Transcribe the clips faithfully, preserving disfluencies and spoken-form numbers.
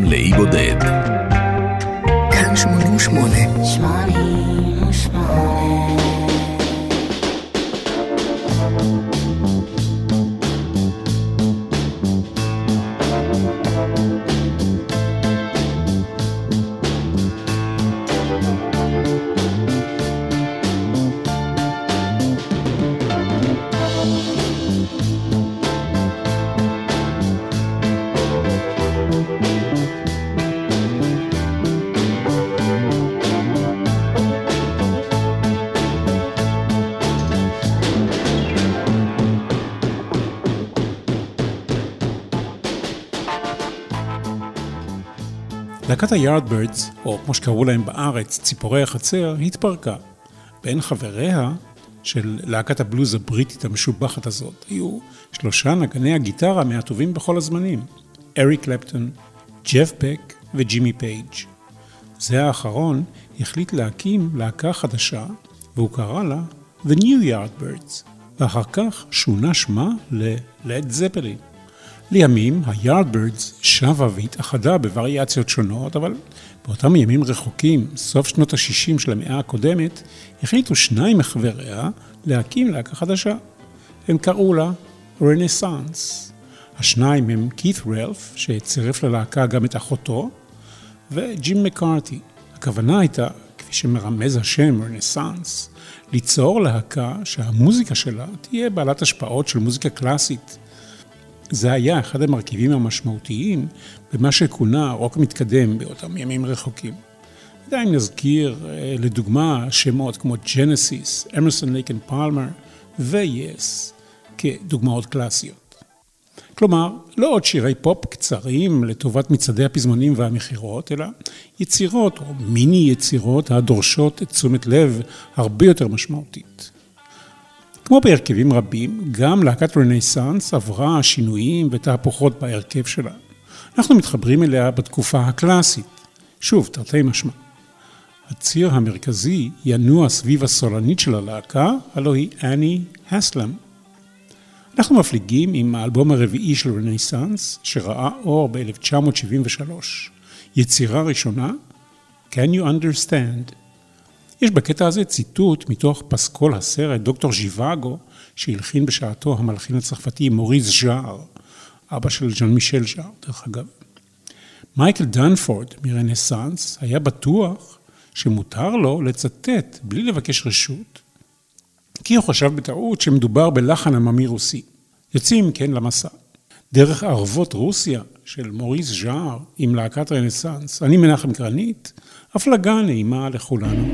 לאי בודד. כאן שמונים ושמונה. שמונים ושמונה. להקת היארדברדס, או כמו שקראו להם בארץ, ציפורי החצר, התפרקה. בין חבריה של להקת הבלוז הבריטית המשובחת הזאת, היו שלושה נגני הגיטרה מהטובים בכל הזמנים, אריק קלפטון, ג'ף בק וג'ימי פייג'. זה האחרון החליט להקים להקה חדשה, והוא קרא לה The New Yardbirds, ואחר כך שונה שמה ל-Led Zeppelin. לימים, היארדברדס שבה והתאחדה בווריאציות שונות, אבל באותם ימים רחוקים, סוף שנות ה-שישים של המאה הקודמת, החליטו שניים מחבריה להקים להקה חדשה. הם קראו לה רנסנס. השניים הם כית רלף, שצירף ללהקה גם את אחותו, וג'ים מקארתי. הכוונה הייתה, כפי שמרמז השם רנסנס, ליצור להקה שהמוזיקה שלה תהיה בעלת השפעות של מוזיקה קלאסית. זה היה אחד המרכיבים המשמעותיים במה שכונה רוק מתקדם באותם ימים רחוקים. עדיין נזכיר לדוגמה שמות כמו ג'נסיס, אמרסון לייק אנד פלמר ו-Yes כדוגמאות קלאסיות. כלומר, לא עוד שירי פופ קצרים לטובת מצעדי הפזמונים והמחירות, אלא יצירות או מיני יצירות הדורשות את תשומת לב הרבה יותר משמעותית. כמו בהרכבים רבים, גם להקת רנסנס עברה שינויים ותהפוכות בהרכב שלה. אנחנו מתחברים אליה בתקופה הקלאסית. שוב, תרתי משמע. הציר המרכזי ינוע סביב הסולנית של הלהקה, הלוא היא אני הסלם. אנחנו מפליגים עם האלבום הרביעי של רנסנס, שראה אור ב-אלף תשע מאות שבעים ושלוש. יצירה ראשונה, Can You Understand? יש בקטע הזה ציטוט מתוך פסקול הסרט דוקטור ז'יוואגו, שהלחין בשעתו המלחין הצרפתי מוריס ז'אר, אבא של ז'אן מישל ז'אר, דרך אגב. מייקל דנפורד מרנסנס היה בטוח שמותר לו לצטט בלי לבקש רשות, כי הוא חשב בטעות שמדובר בלחן עממי רוסי. יוצאים כן למסע. דרך ערבות רוסיה של מוריס ז'אר עם להקת רנסנס, אני מנחם גרנית, הפלגה נעימה לכולנו.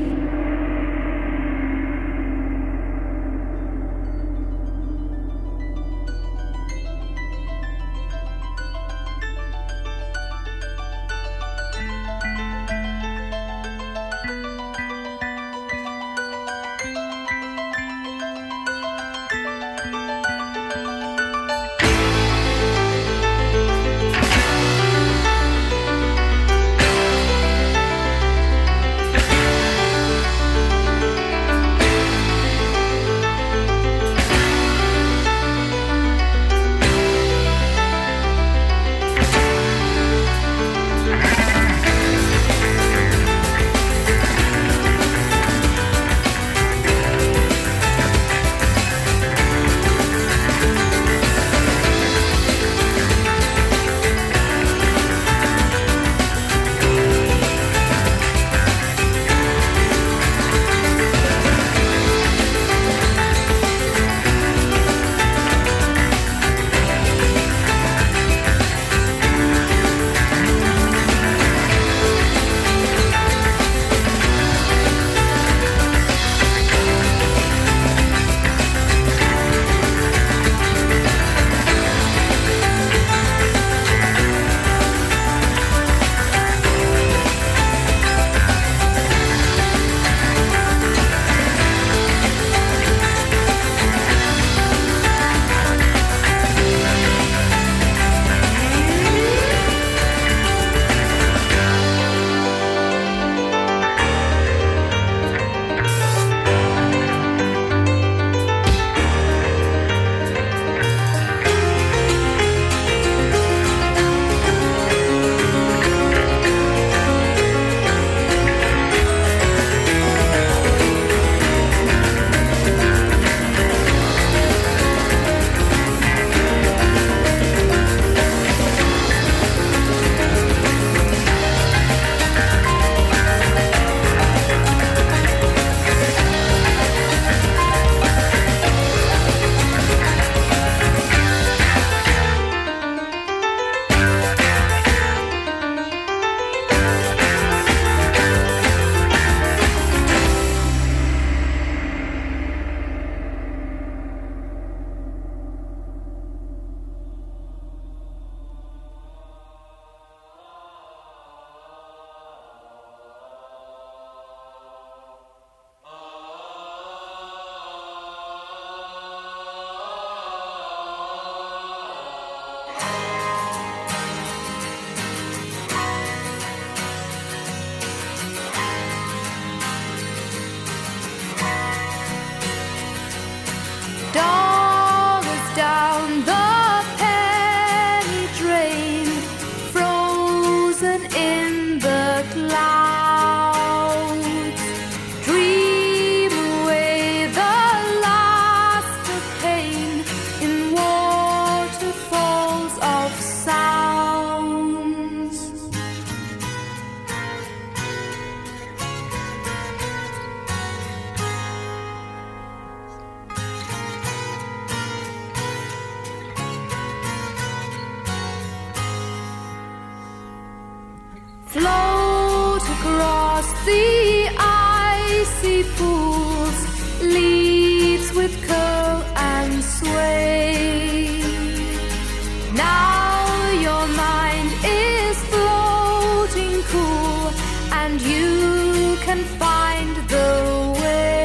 you can find the way.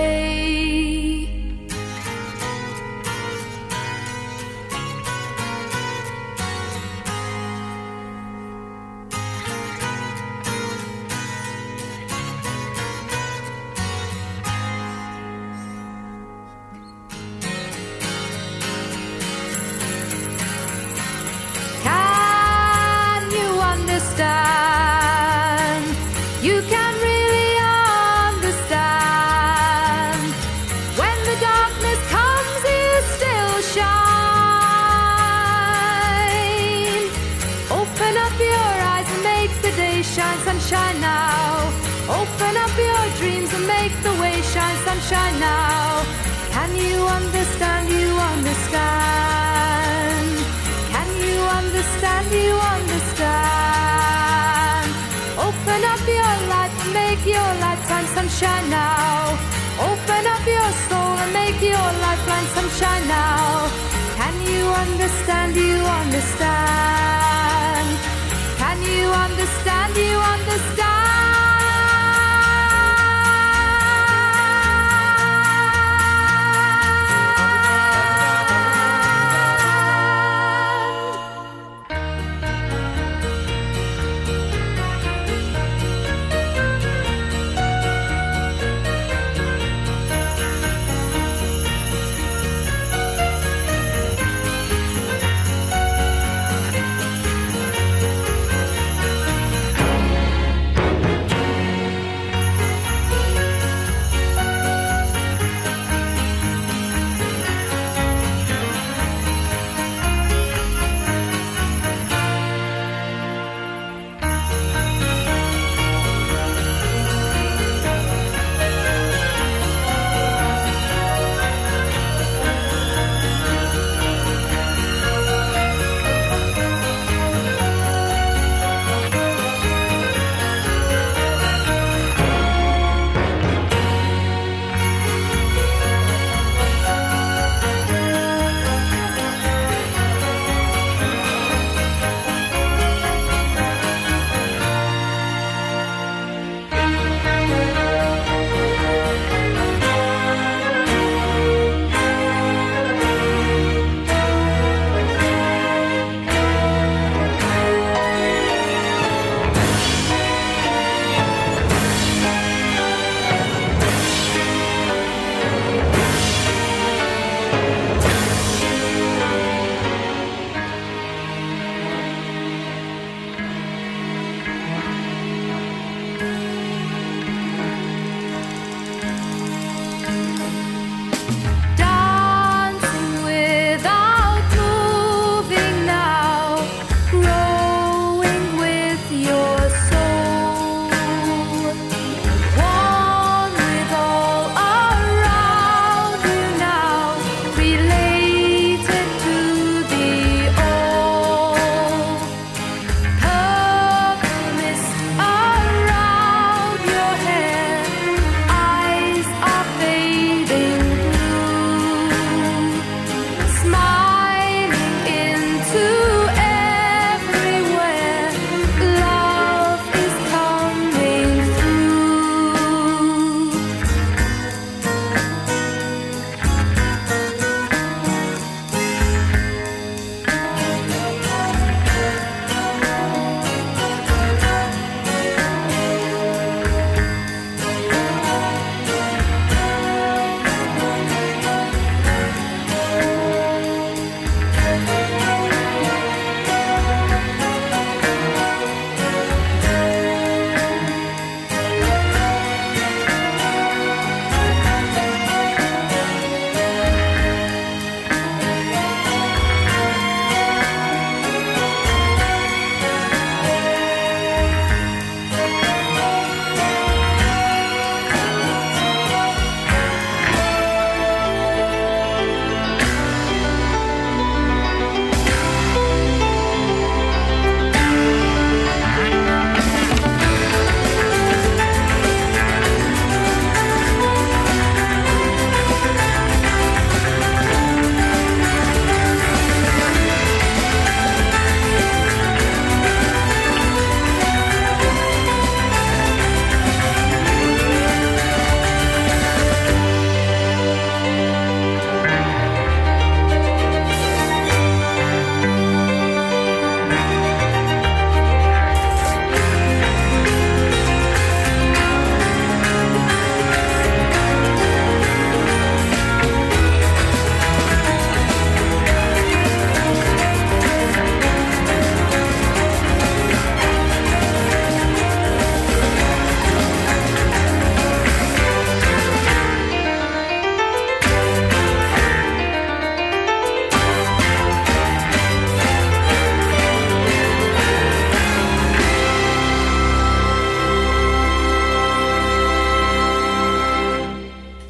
Can you understand? You can really understand. When the darkness comes, you still shine. Open up your eyes and make the day shine, sunshine now. Open up your dreams and make the way shine, sunshine now. Can you understand? You understand. Can you understand? You understand. Open up your life and make your lifetime sunshine now. Open up your soul and make your lifeline sunshine now. Can you understand? You understand. Can you understand? You understand.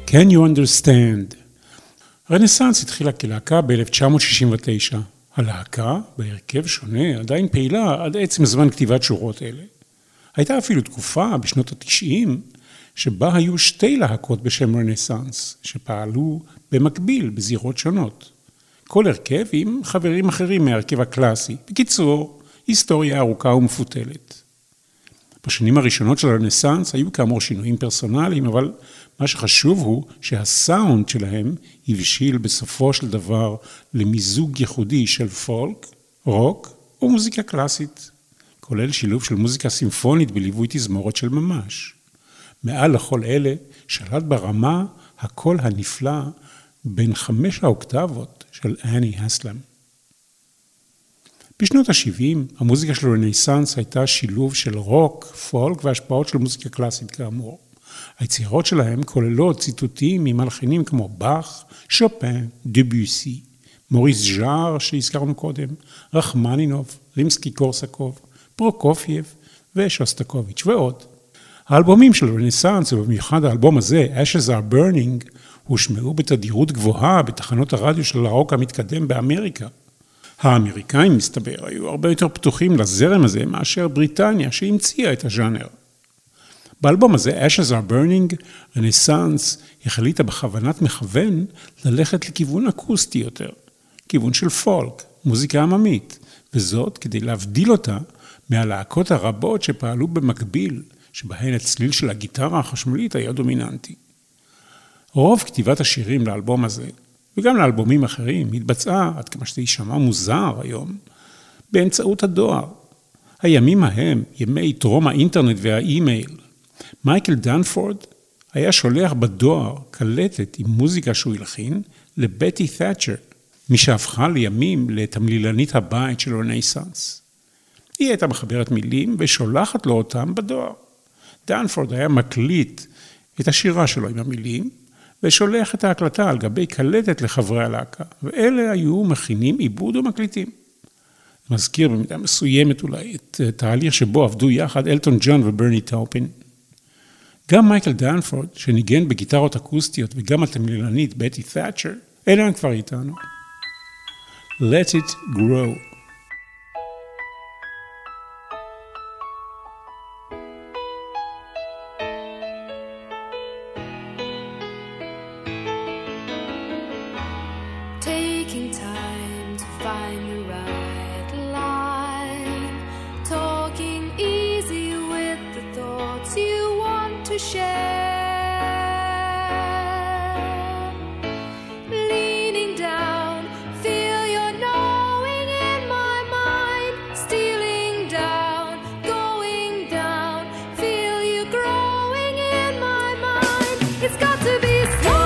Can You Understand? רנסנס התחילה כלהקה ב-אלף תשע מאות שישים ותשע. הלהקה, בהרכב שונה, עדיין פעילה עד עצם זמן כתיבת שורות אלה. הייתה אפילו תקופה בשנות ה-תשעים, שבה היו שתי להקות בשם רנסנס, שפעלו במקביל בזירות שונות. כל הרכב עם חברים אחרים מהרכב הקלאסי. בקיצור, היסטוריה ארוכה ומפותלת. בשנים הראשונות של הרנסנס היו כאמור שינויים פרסונליים, אבל מה שחשוב הוא שהסאונד שלהם הבשיל בסופו של דבר למיזוג ייחודי של פולק, רוק ומוזיקה קלאסית, כולל שילוב של מוזיקה סימפונית בליווי תזמורת של ממש. מעל לכל אלה שלט ברמה הקול הנפלא בין חמש האוקטבות של אני הסלם. בשנות ה-שבעים, המוזיקה של רנסנס הייתה שילוב של רוק, פולק והשפעות של מוזיקה קלאסית כאמור. היצירות שלהם כוללות ציטוטים ממלחינים כמו באך, שופן, דביוסי, מוריס ז'אר שהזכרנו קודם, רחמנינוב, רימסקי קורסקוב, פרוקופייב ושוסטקוביץ' ועוד. האלבומים של רנסנס, ובמיוחד האלבום הזה, Ashes are Burning, הושמעו בתדירות גבוהה בתחנות הרדיו של הרוק המתקדם באמריקה. האמריקאים, מסתבר, היו הרבה יותר פתוחים לזרם הזה מאשר בריטניה שהמציאה את הז'אנר. באלבום הזה, Ashes are Burning, רנסנס החליטה בכוונת מכוון ללכת לכיוון אקוסטי יותר, כיוון של פולק, מוזיקה עממית, וזאת כדי להבדיל אותה מהלהקות הרבות שפעלו במקביל, שבהן הצליל של הגיטרה החשמלית היה דומיננטי. רוב כתיבת השירים לאלבום הזה, וגם לאלבומים אחרים, התבצעה, עד כמה שזה יישמע מוזר היום, באמצעות הדואר. הימים ההם, ימי טרום האינטרנט והאימייל. מייקל דנפורד היה שולח בדואר קלטת עם מוזיקה שהוא הלחין לבטי ת'אצ'ר, מי שהפכה לימים לתמלילנית הבית של רנסנס. היא הייתה מחברת מילים ושולחת לו אותם בדואר. דנפורד היה מקליט את השירה שלו עם המילים, ושולח את ההקלטה על גבי קלטת לחברי הלהקה, ואלה היו מכינים עיבוד ומקליטים. מזכיר במידה מסוימת אולי את תהליך שבו עבדו יחד אלטון ג'ון וברני טאופין. גם מייקל דנפורד, שניגן בגיטרות אקוסטיות וגם התמלילנית בטי ת'אצ'ר, אלה הם כבר איתנו. Let it grow. Taking time to find the right line, talking easy with the thoughts you want to share, leaning down, feel your knowing in my mind, stealing down, going down, feel you growing in my mind. It's got to be slow.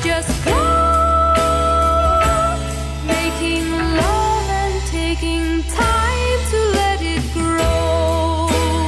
just go, making love and taking time to let it grow.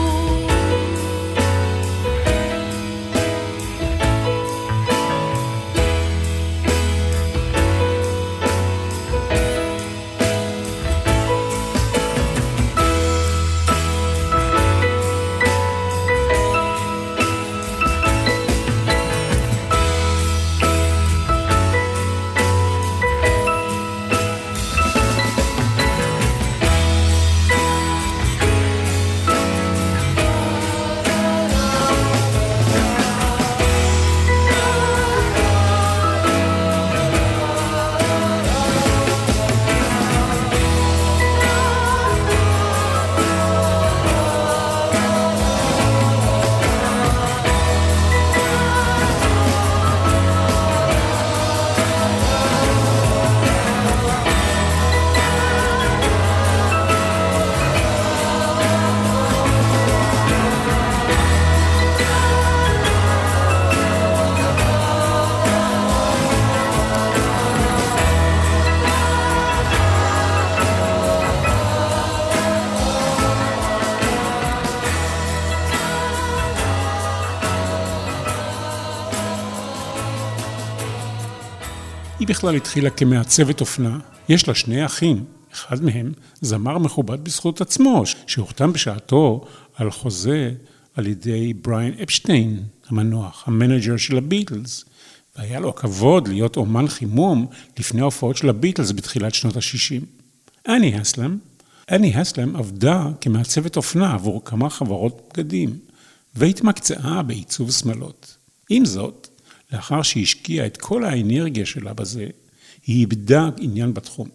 היא בכלל התחילה כמעצבת אופנה, יש לה שני אחים, אחד מהם זמר מכובד בזכות עצמו, שהוחתם בשעתו על חוזה על ידי בריין אפשטיין, המנוח, המנג'ר של הביטלס, והיה לו הכבוד להיות אומן חימום לפני ההופעות של הביטלס בתחילת שנות ה-שישים. אני הסלם, אני הסלם עבדה כמעצבת אופנה עבור כמה חברות בגדים, והתמקצעה בעיצוב שמלות. עם זאת, לאחר שהשקיעה את כל האנרגיה שלה בזה, היא איבדה עניין בתחום.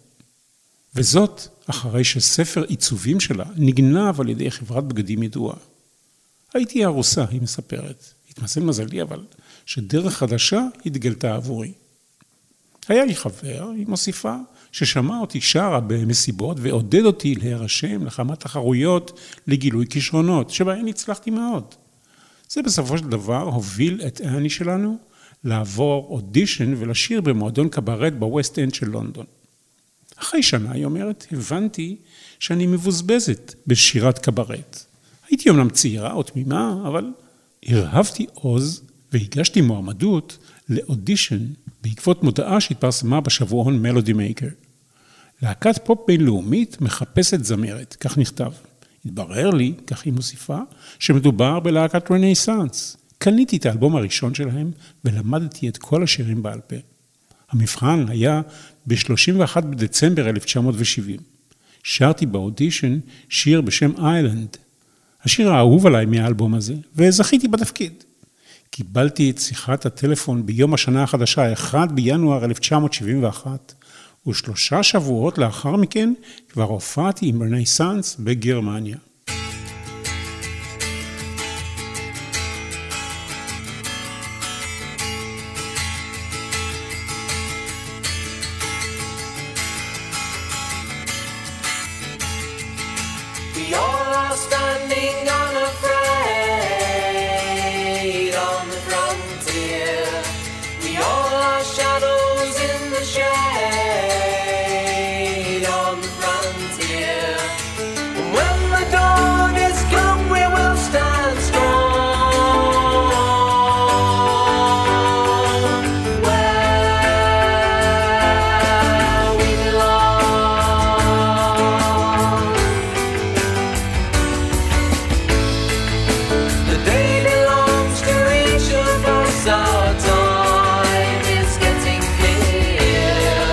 וזאת אחרי שספר עיצובים שלה נגנב על ידי חברת בגדים ידועה. הייתי ארוסה, היא מספרת. התמזל מזלי, אבל שדרך חדשה התגלתה עבורי. היה לי חבר, היא מוסיפה, ששמע אותי שרה במסיבות ועודד אותי להירשם לכמה תחרויות לגילוי כישרונות, שבהן הצלחתי מאוד. זה בסופו של דבר הוביל את אני שלנו לעבור אודישן ולשיר במועדון קברט בווסט אנד של לונדון. אחרי שנה, היא אומרת, הבנתי שאני מבוזבזת בשירת קברט. הייתי אומנם צעירה או תמימה, אבל הרהבתי עוז והגשתי מועמדות לאודישן בעקבות מודעה שהתפרסמה בשבועון מלודי מייקר. להקת פופ בינלאומית מחפשת זמרת, כך נכתב. התברר לי, כך היא מוסיפה, שמדובר בלהקת רנסאנס. קניתי את האלבום הראשון שלהם ולמדתי את כל השירים בעל פה. המבחן היה ב-שלושים ואחד בדצמבר אלף תשע מאות שבעים. שרתי באודישן שיר בשם איילנד. השיר האהוב עליי מהאלבום הזה, וזכיתי בתפקיד. קיבלתי את שיחת הטלפון ביום השנה החדשה, אחד בינואר אלף תשע מאות שבעים ואחת, ושלושה שבועות לאחר מכן כבר הופעתי עם רנסאנס בגרמניה. Time is getting clear.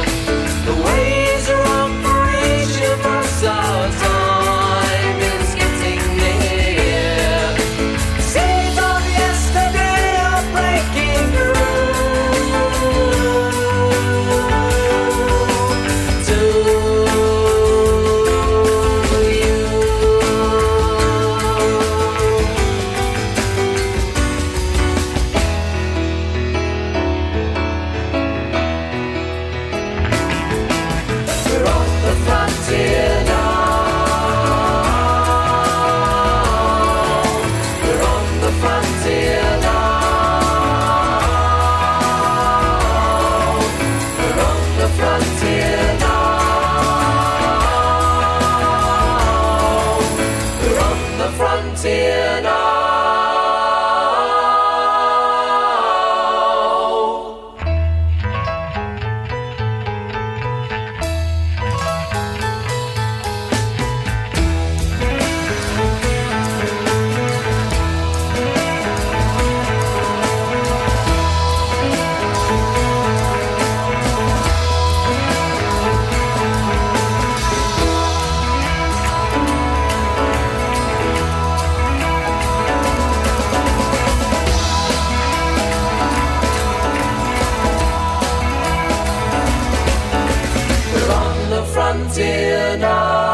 frontier now.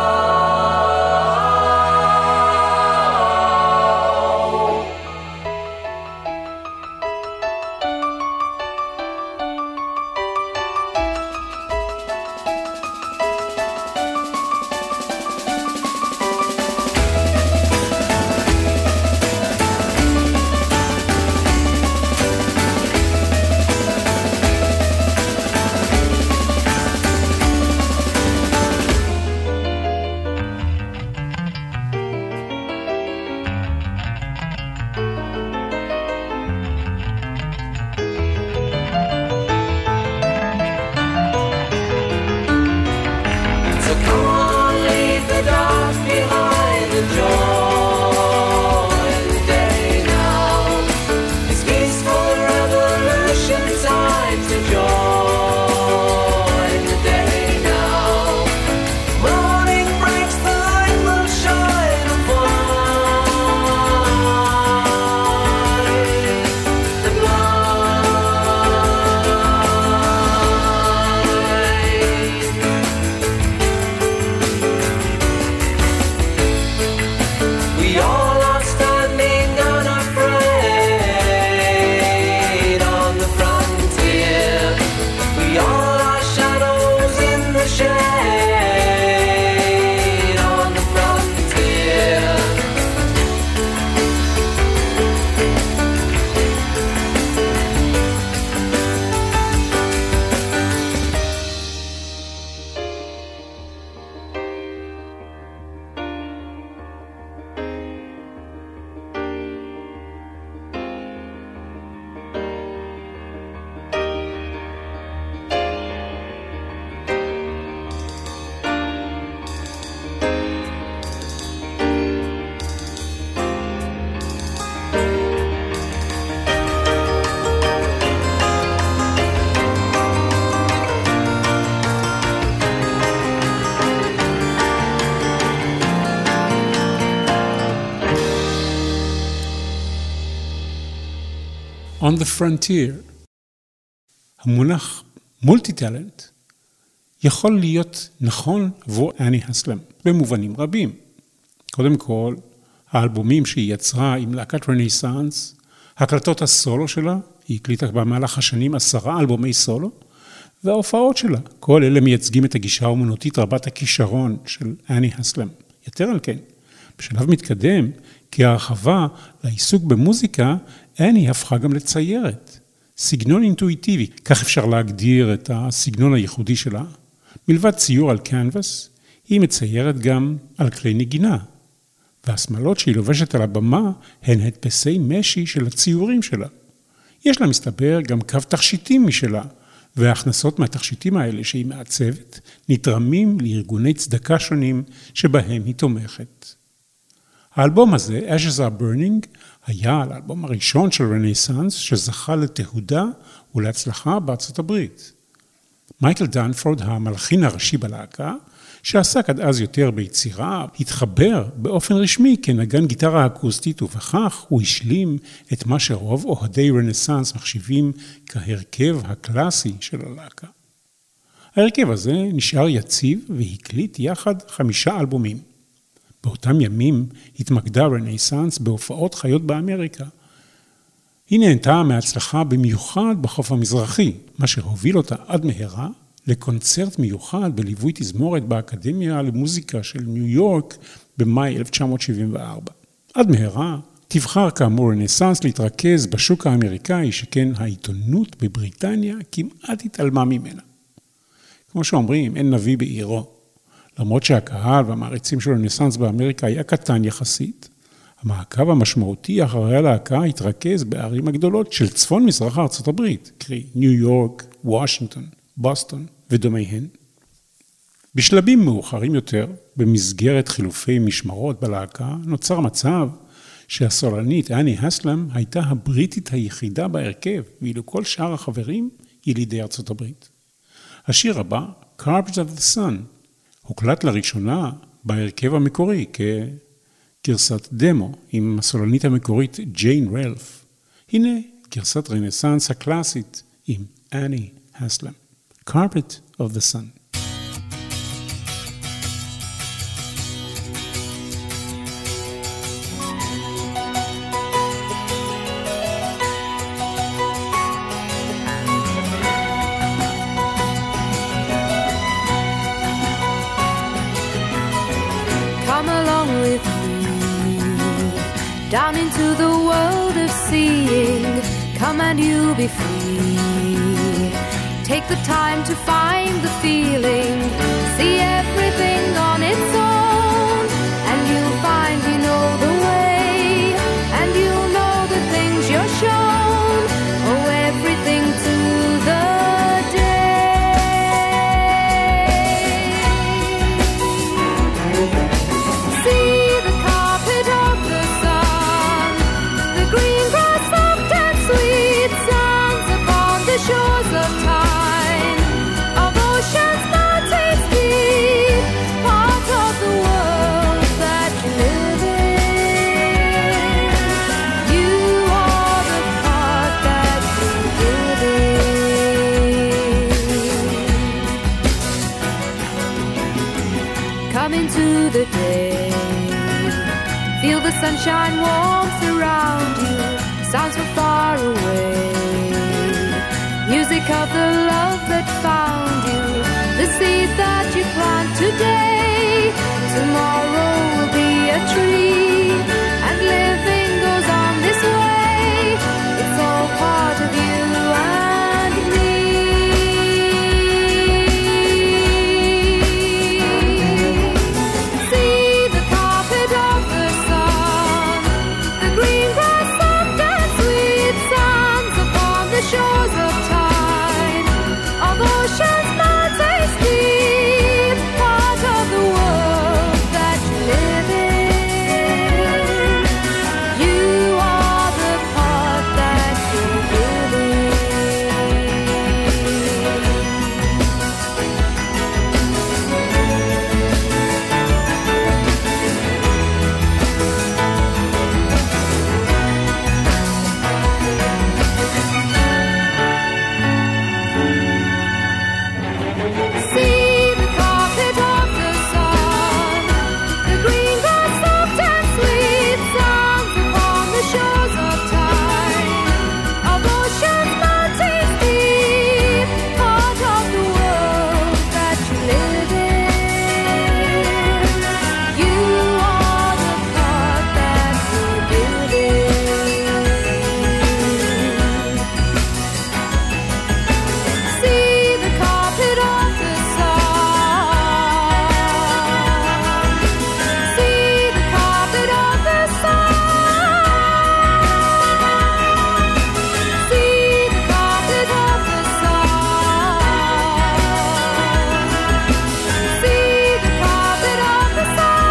On the Frontier. המונח מולטי-טלנט יכול להיות נכון עבור אני הסלאם במובנים רבים. קודם כל, האלבומים שהיא יצרה עם להקת רנסאנס, הקלטות הסולו שלה, היא הקליטה במהלך השנים עשרה אלבומי סולו, וההופעות שלה, כל אלה מייצגים את הגישה האומנותית רבת הכישרון של אני הסלאם. יותר על כן, בשלב מתקדם, כהרחבה לעיסוק במוזיקה, אני הפכה גם לציירת. סגנון אינטואיטיבי, כך אפשר להגדיר את הסגנון הייחודי שלה. מלבד ציור על קנבס, היא מציירת גם על כלי נגינה. והסמלות שהיא לובשת על הבמה הן הדפסי משי של הציורים שלה. יש לה מסתבר גם קו תכשיטים משלה, וההכנסות מהתכשיטים האלה שהיא מעצבת נתרמים לארגוני צדקה שונים שבהם היא תומכת. האלבום הזה, Ashes Are Burning, היה האלבום הראשון של רנסאנס שזכה לתהודה ולהצלחה בארצות הברית. מייקל דנפורד, המלחין הראשי בלהקה, שעסק עד אז יותר ביצירה, התחבר באופן רשמי כנגן גיטרה אקוסטית, ובכך הוא השלים את מה שרוב אוהדי רנסאנס מחשיבים כהרכב הקלאסי של הלהקה. ההרכב הזה נשאר יציב והקליט יחד חמישה אלבומים. באותם ימים התמקדה רנסאנס בהופעות חיות באמריקה. היא נהנתה מהצלחה במיוחד בחוף המזרחי, מה שהוביל אותה עד מהרה לקונצרט מיוחד בליווי תזמורת באקדמיה למוזיקה של ניו יורק במאי אלף תשע מאות שבעים וארבע. עד מהרה תבחר כאמור רנסאנס להתרכז בשוק האמריקאי, שכן העיתונות בבריטניה כמעט התעלמה ממנה. כמו שאומרים, אין נביא בעירו. למרות שהקהל והמעריצים של רנסאנס באמריקה היה קטן יחסית, המעקב המשמעותי אחרי הלהקה התרכז בערים הגדולות של צפון מזרח ארצות הברית, קרי ניו יורק, וושינגטון, בוסטון ודומיהן. בשלבים מאוחרים יותר, במסגרת חילופי משמרות בלהקה, נוצר מצב שהסולנית אני הסלאם הייתה הבריטית היחידה בהרכב, ואילו כל שאר החברים ילידי ארצות הברית. השיר הבא, Carpet of the Sun, הוקלט לראשונה בהרכב המקורי כגרסת דמו עם הסולנית המקורית ג'יין רלף. הנה גרסת רנסאנס הקלאסית עם אני הסלאם. Carpet of the Sun. down into the world of seeing. Come and you'll be free. Take the time to find the feeling. See everything on its own, and you'll find you know the way, and you'll know the things you're shown. Oh, everything to the day. See the carpet of the sun, the green grass soft and sweet, sounds upon the shores of time, of oceans mountains deep, part of the world that you live in. You are the part that you live in. Come into the day, feel the sunshine warmth around you, sounds from far away, music of the love that found you, the seed that you plant today, tomorrow will be a tree, and living goes on this way, it's all part of you and me. See the carpet of the sun, the green grass soft and sweet, sounds upon the shores of time, of oceans mountains deep, part of the world that you live in. You are the part that you live in. See the carpet of the sun, the green grass soft and sweet, sounds upon the shores of time, of oceans mountains deep, part of the world that you live in. You are the part that you live in. See the carpet of the sun. See the carpet of the sun. See the carpet of the sun. See the carpet of the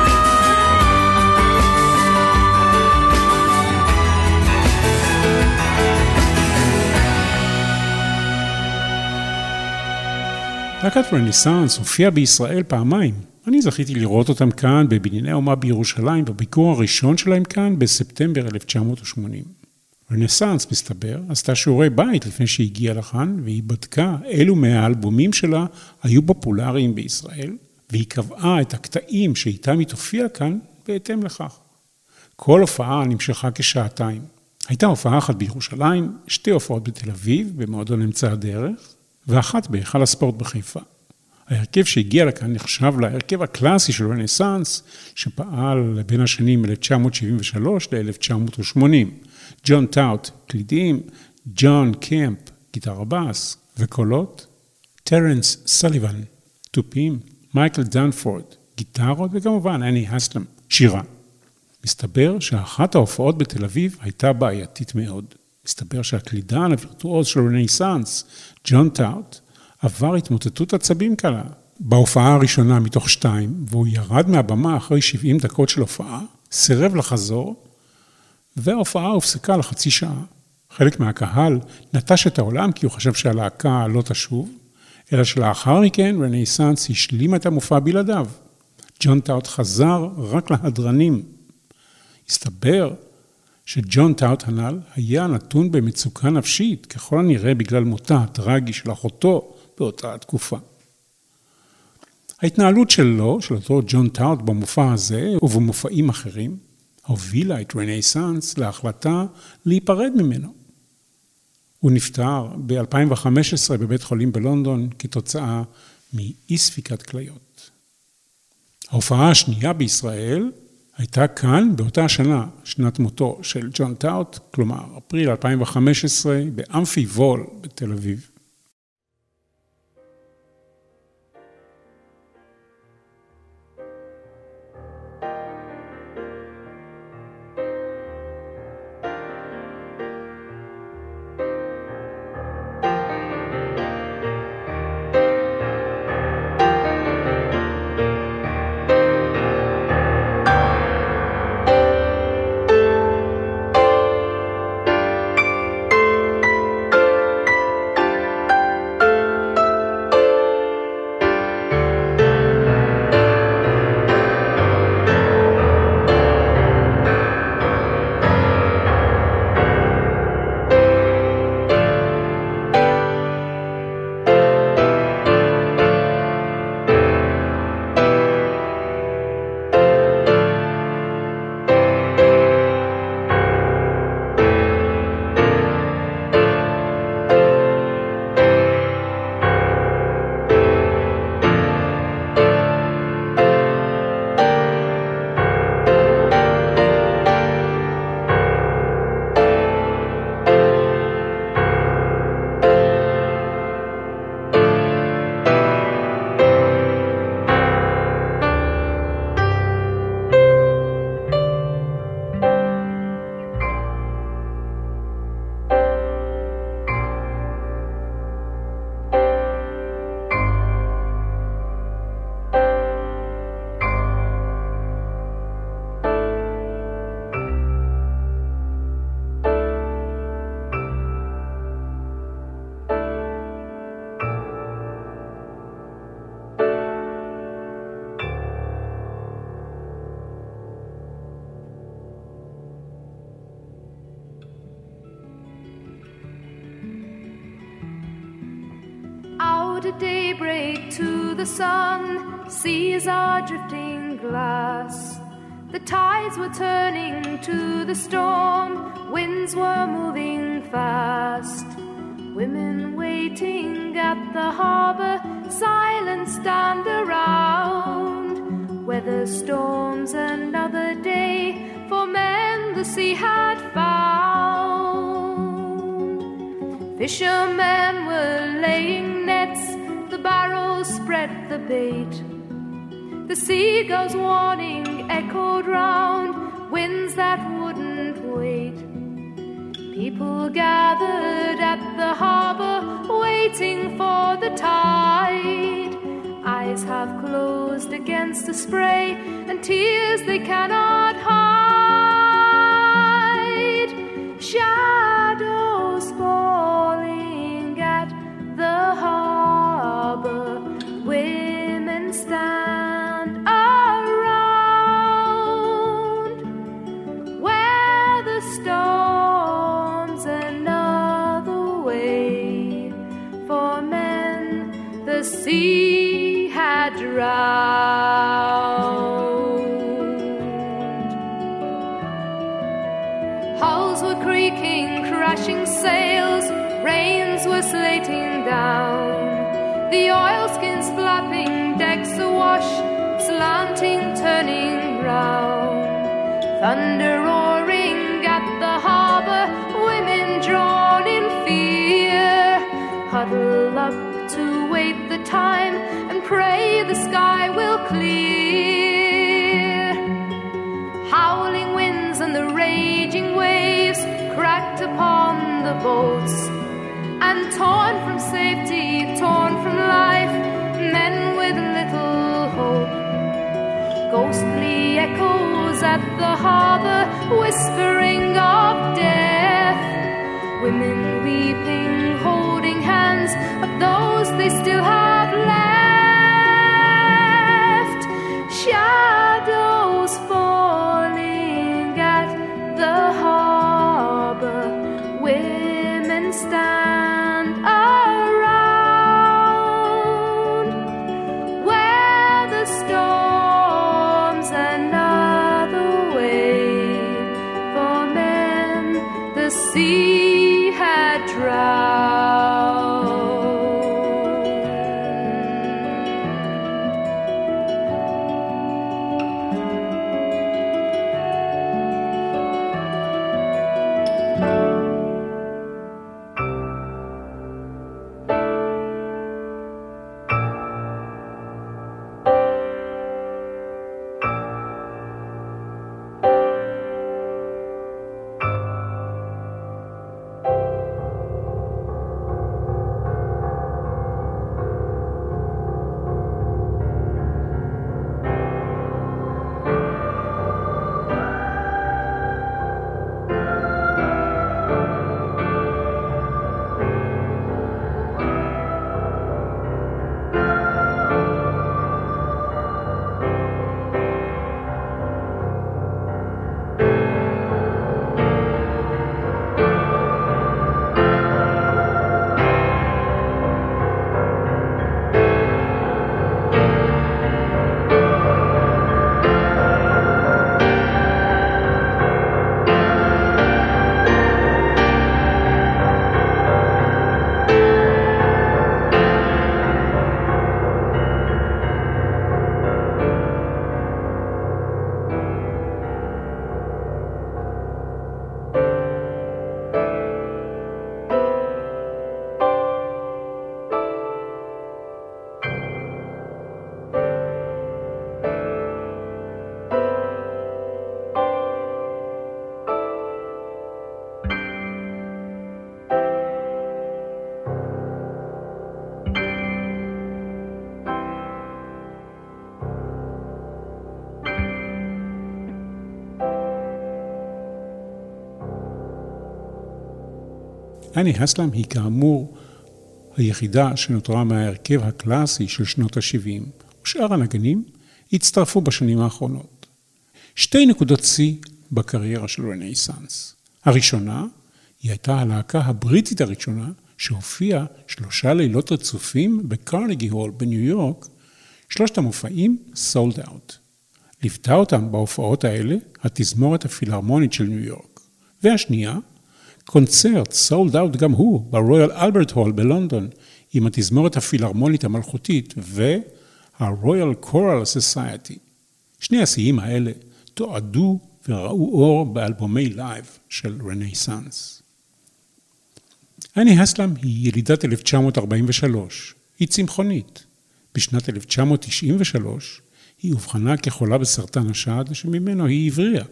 להקת רנסאנס הופיע בישראל פעמיים. אני זכיתי לראות אותם כאן בבנייני האומה בירושלים, בביקור הראשון שלהם כאן בספטמבר אלף תשע מאות ושמונים. רנסאנס, מסתבר, עשתה שיעורי בית לפני שהיא הגיעה לכאן, והיא בדקה אילו מהאלבומים שלה היו פופולריים בישראל, והיא קבעה את הקטעים שאיתם היא תופיע כאן בהתאם לכך. כל הופעה נמשכה כשעתיים. הייתה הופעה אחת בירושלים, שתי הופעות בתל אביב, במועדון אמצע הדרך, ואחת בהיכל הספורט בחיפה. ההרכב שהגיע לכאן נחשב להרכב הקלאסי של רנסאנס, שפעל בין השנים אלף תשע מאות שבעים ושלוש ל-אלף תשע מאות ושמונים. ג'ון טאוט, קלידים, ג'ון קמפ, גיטרה בס וקולות, טרנס סוליבן, תופים, מייקל דנפורד, גיטרות, וכמובן אני הסלם, שירה. מסתבר שאחת ההופעות בתל אביב הייתה בעייתית מאוד. מסתבר שהקלידן הווירטואוז של רנסאנס, ג'ון טאוט, עבר התמוטטות עצבים קלה. בהופעה הראשונה מתוך שתיים, והוא ירד מהבמה אחרי שבעים דקות של הופעה, סירב לחזור, וההופעה הופסקה לחצי שעה. חלק מהקהל נטש את העולם כי הוא חשב שהלהקה לא תשוב, אלא שלאחר מכן רנסאנס השלים את המופע בלעדיו. ג'ון טאוט חזר רק להדרנים. הסתבר שג'ון טאוט הנ"ל היה נתון במצוקה נפשית, ככל הנראה בגלל מותה הטרגי של אחותו באותה התקופה. ההתנהלות שלו, של אותו ג'ון טאוט במופע הזה ובמופעים אחרים, הובילה את רנסאנס להחלטה להיפרד ממנו. הוא נפטר ב-אלפיים וחמש עשרה בבית חולים בלונדון כתוצאה מאי ספיקת כליות. ההופעה השנייה בישראל הייתה כאן באותה השנה, שנת מותו של ג'ון טאוט, כלומר, אפריל אלפיים וחמש עשרה, באמפי וול בתל אביב. At daybreak to the sun, seas are drifting glass. The tides were turning to the storm, winds were moving fast. Women waiting at the harbor, silent stand around. Weather storms another day, for men the sea had found. Fishermen were laying nets, the barrels spread the bait. The seagulls' warning echoed round, winds that wouldn't wait. People gathered at the harbor, waiting for the tide. Eyes half closed against the spray, and tears they cannot hide. Shadows falling at the harbor, women stand around. Where the storms another way, for men the sea had drowned. Hulls were creaking, crashing sails, rains were slating down. The oilskins flapping, decks awash, slanting, turning round. Thunder roaring at the harbor, women drawn in fear, huddle up to wait the time and pray the sky will clear. Howling winds and the raging waves cracked upon the boats, and torn from safety, torn from life, men with little hope. Ghostly echoes at the harbor, whispering of death. Women weeping, holding hands of those they still have left. Shadows falling at the harbor, women stand around. Where the storms another way, for men the sea had drowned. אני הסלאם היא כאמור היחידה שנותרה מההרכב הקלאסי של שנות ה-שבעים, ושאר הנגנים הצטרפו בשנים האחרונות. שתי נקודות שיא בקריירה של רנסאנס. הראשונה, היא הייתה הלהקה הבריטית הראשונה, שהופיעה שלושה לילות רצופים בקרנגי הול בניו יורק, שלושת המופעים סולד אאוט. ליוותה אותם בהופעות האלה התזמורת הפילהרמונית של ניו יורק. והשנייה, קונצרט סולד אאוט גם הוא ברויאל אלברט הול בלונדון, עם התזמורת הפילהרמונית המלכותית והרויאל קורל סוסייטי. שני השיאים האלה תועדו וראו אור באלבומי לייב של רנסאנס. אני הסלאם היא ילידת אלף תשע מאות ארבעים ושלוש, היא צמחונית. בשנת אלף תשע מאות תשעים ושלוש היא אובחנה כחולה בסרטן השד שממנו היא הבריאה.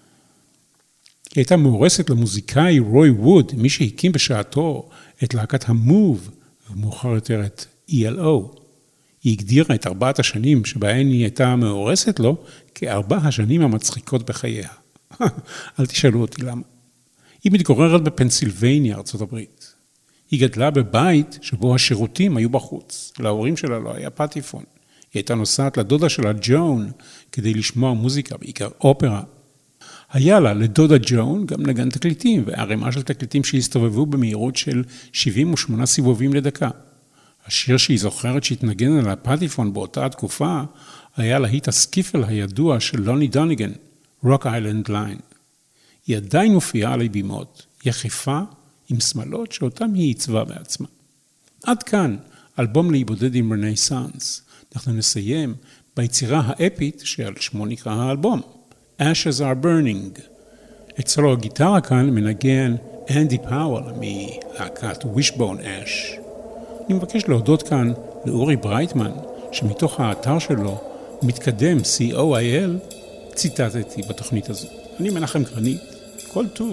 היא הייתה מאורסת למוזיקאי רוי ווד, מי שהקים בשעתו את להקת המוב ומאוחר יותר את אי אל או. היא הגדירה את ארבעת השנים שבהן היא הייתה מאורסת לו כארבע השנים המצחיקות בחייה. אל תשאלו אותי למה. היא מתגוררת בפנסילבניה, ארצות הברית. היא גדלה בבית שבו השירותים היו בחוץ. להורים שלה לא היה פטיפון. היא הייתה נוסעת לדודה שלה ג'ון כדי לשמוע מוזיקה, בעיקר אופרה. היה לה לדודה ג'ון גם נגן תקליטים, והרמה של תקליטים שהסתובבו במהירות של שבעים ושמונה סיבובים לדקה. השיר שהיא זוכרת שהתנגן על הפטיפון באותה התקופה, היה להיט הסקיפל הידוע של לוני דוניגן, רוק איילנד ליין. היא עדיין מופיעה עלי בימות, יחפה עם שמלות שאותם היא עיצבה בעצמה. עד כאן, אלבום להיבודד עם רנסאנס. אנחנו נסיים ביצירה האפית שעל שמו נקרא האלבום, Ashes are Burning. את סולו הגיטרה כאן מנגן אנדי פאוול מלהקת Wishbone Ash. אני מבקש להודות כאן לאורי ברייטמן, שמתוך האתר שלו, מתקדם סי או איי אל, ציטטתי בתוכנית הזו. אני מנחם גרנית, כל טוב.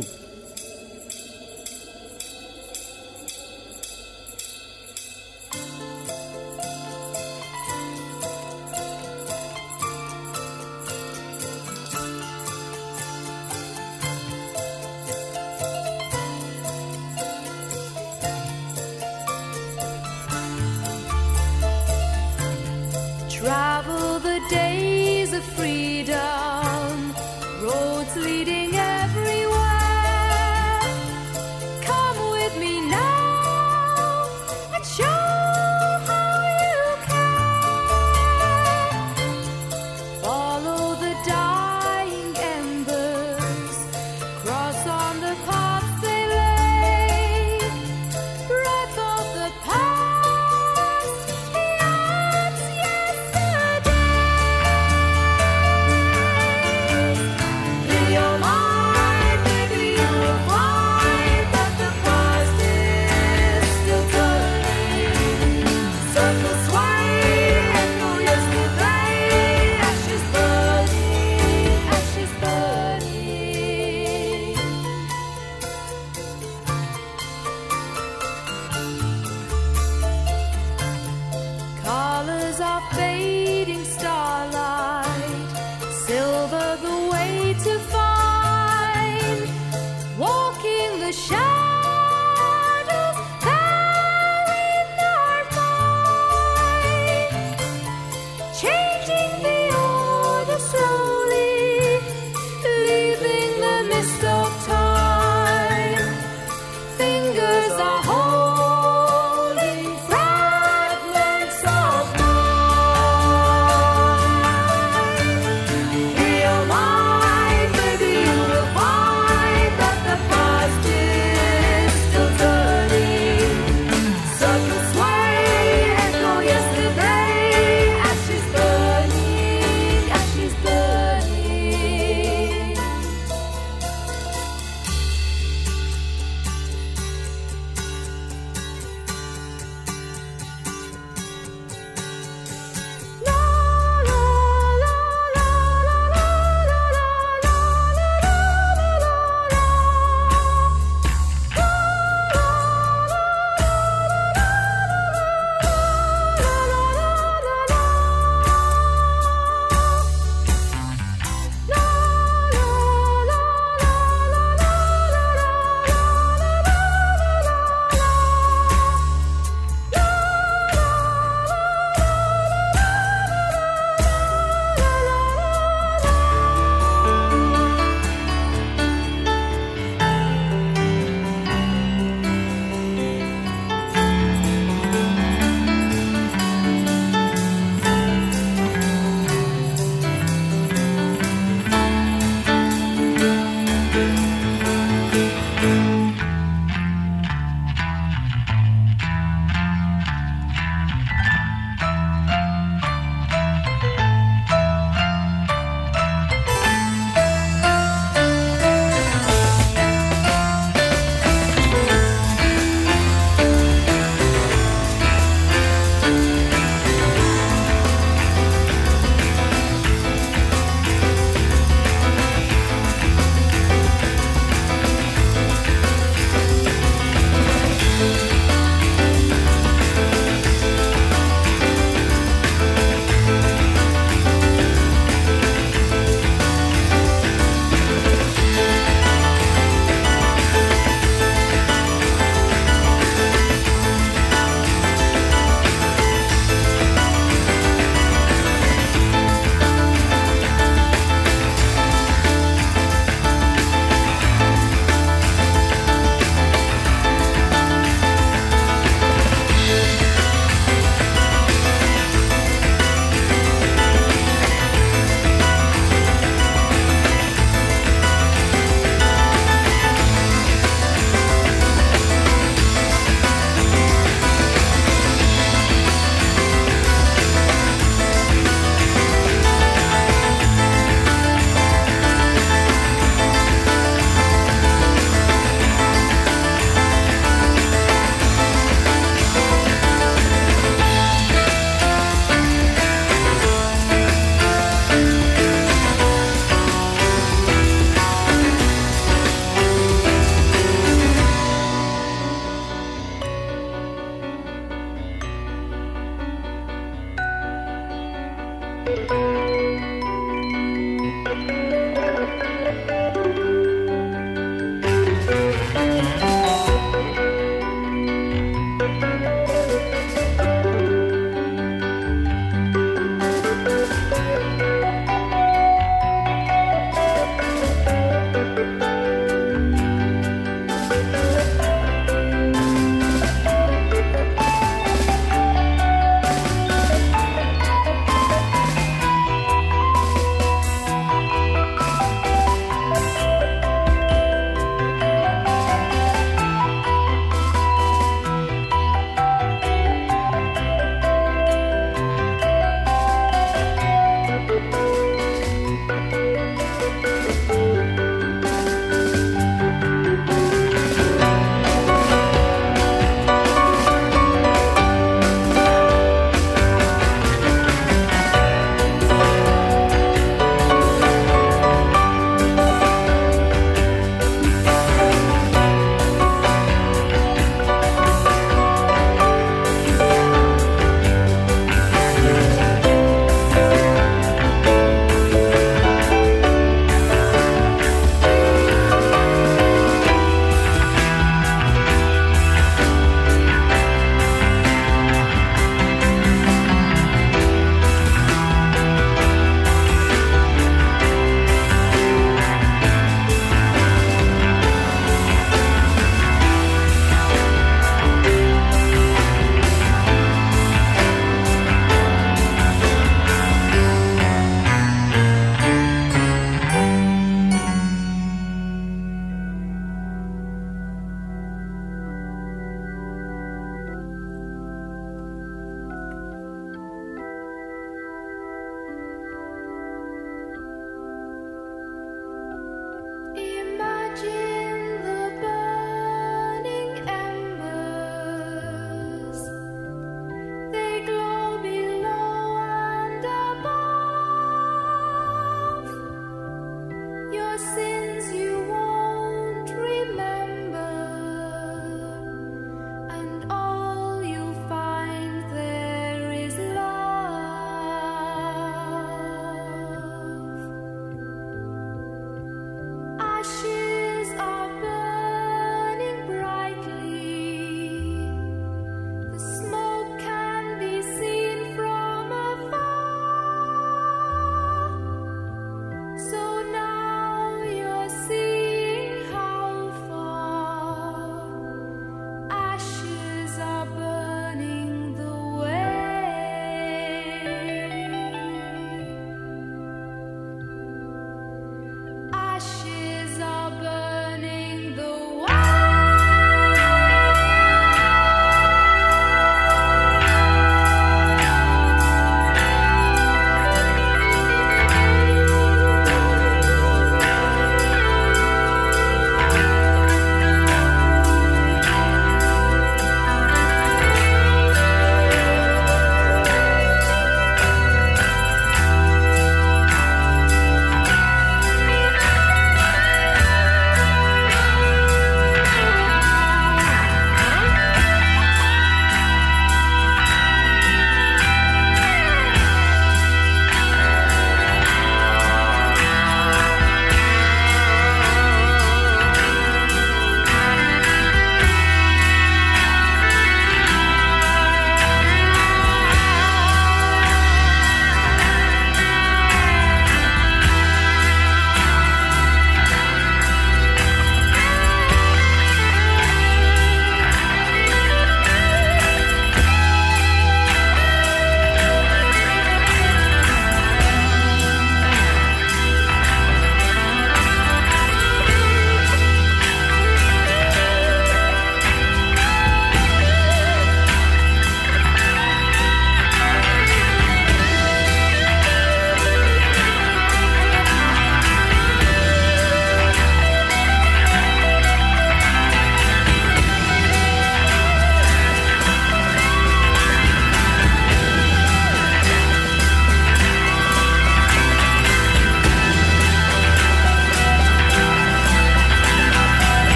Travel the days of freedom, roads leading everywhere. Come with me now and show how you care. Follow the dying embers, cross on the paths they lay. Breath of the past, the odds yesterday.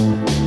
Thank you.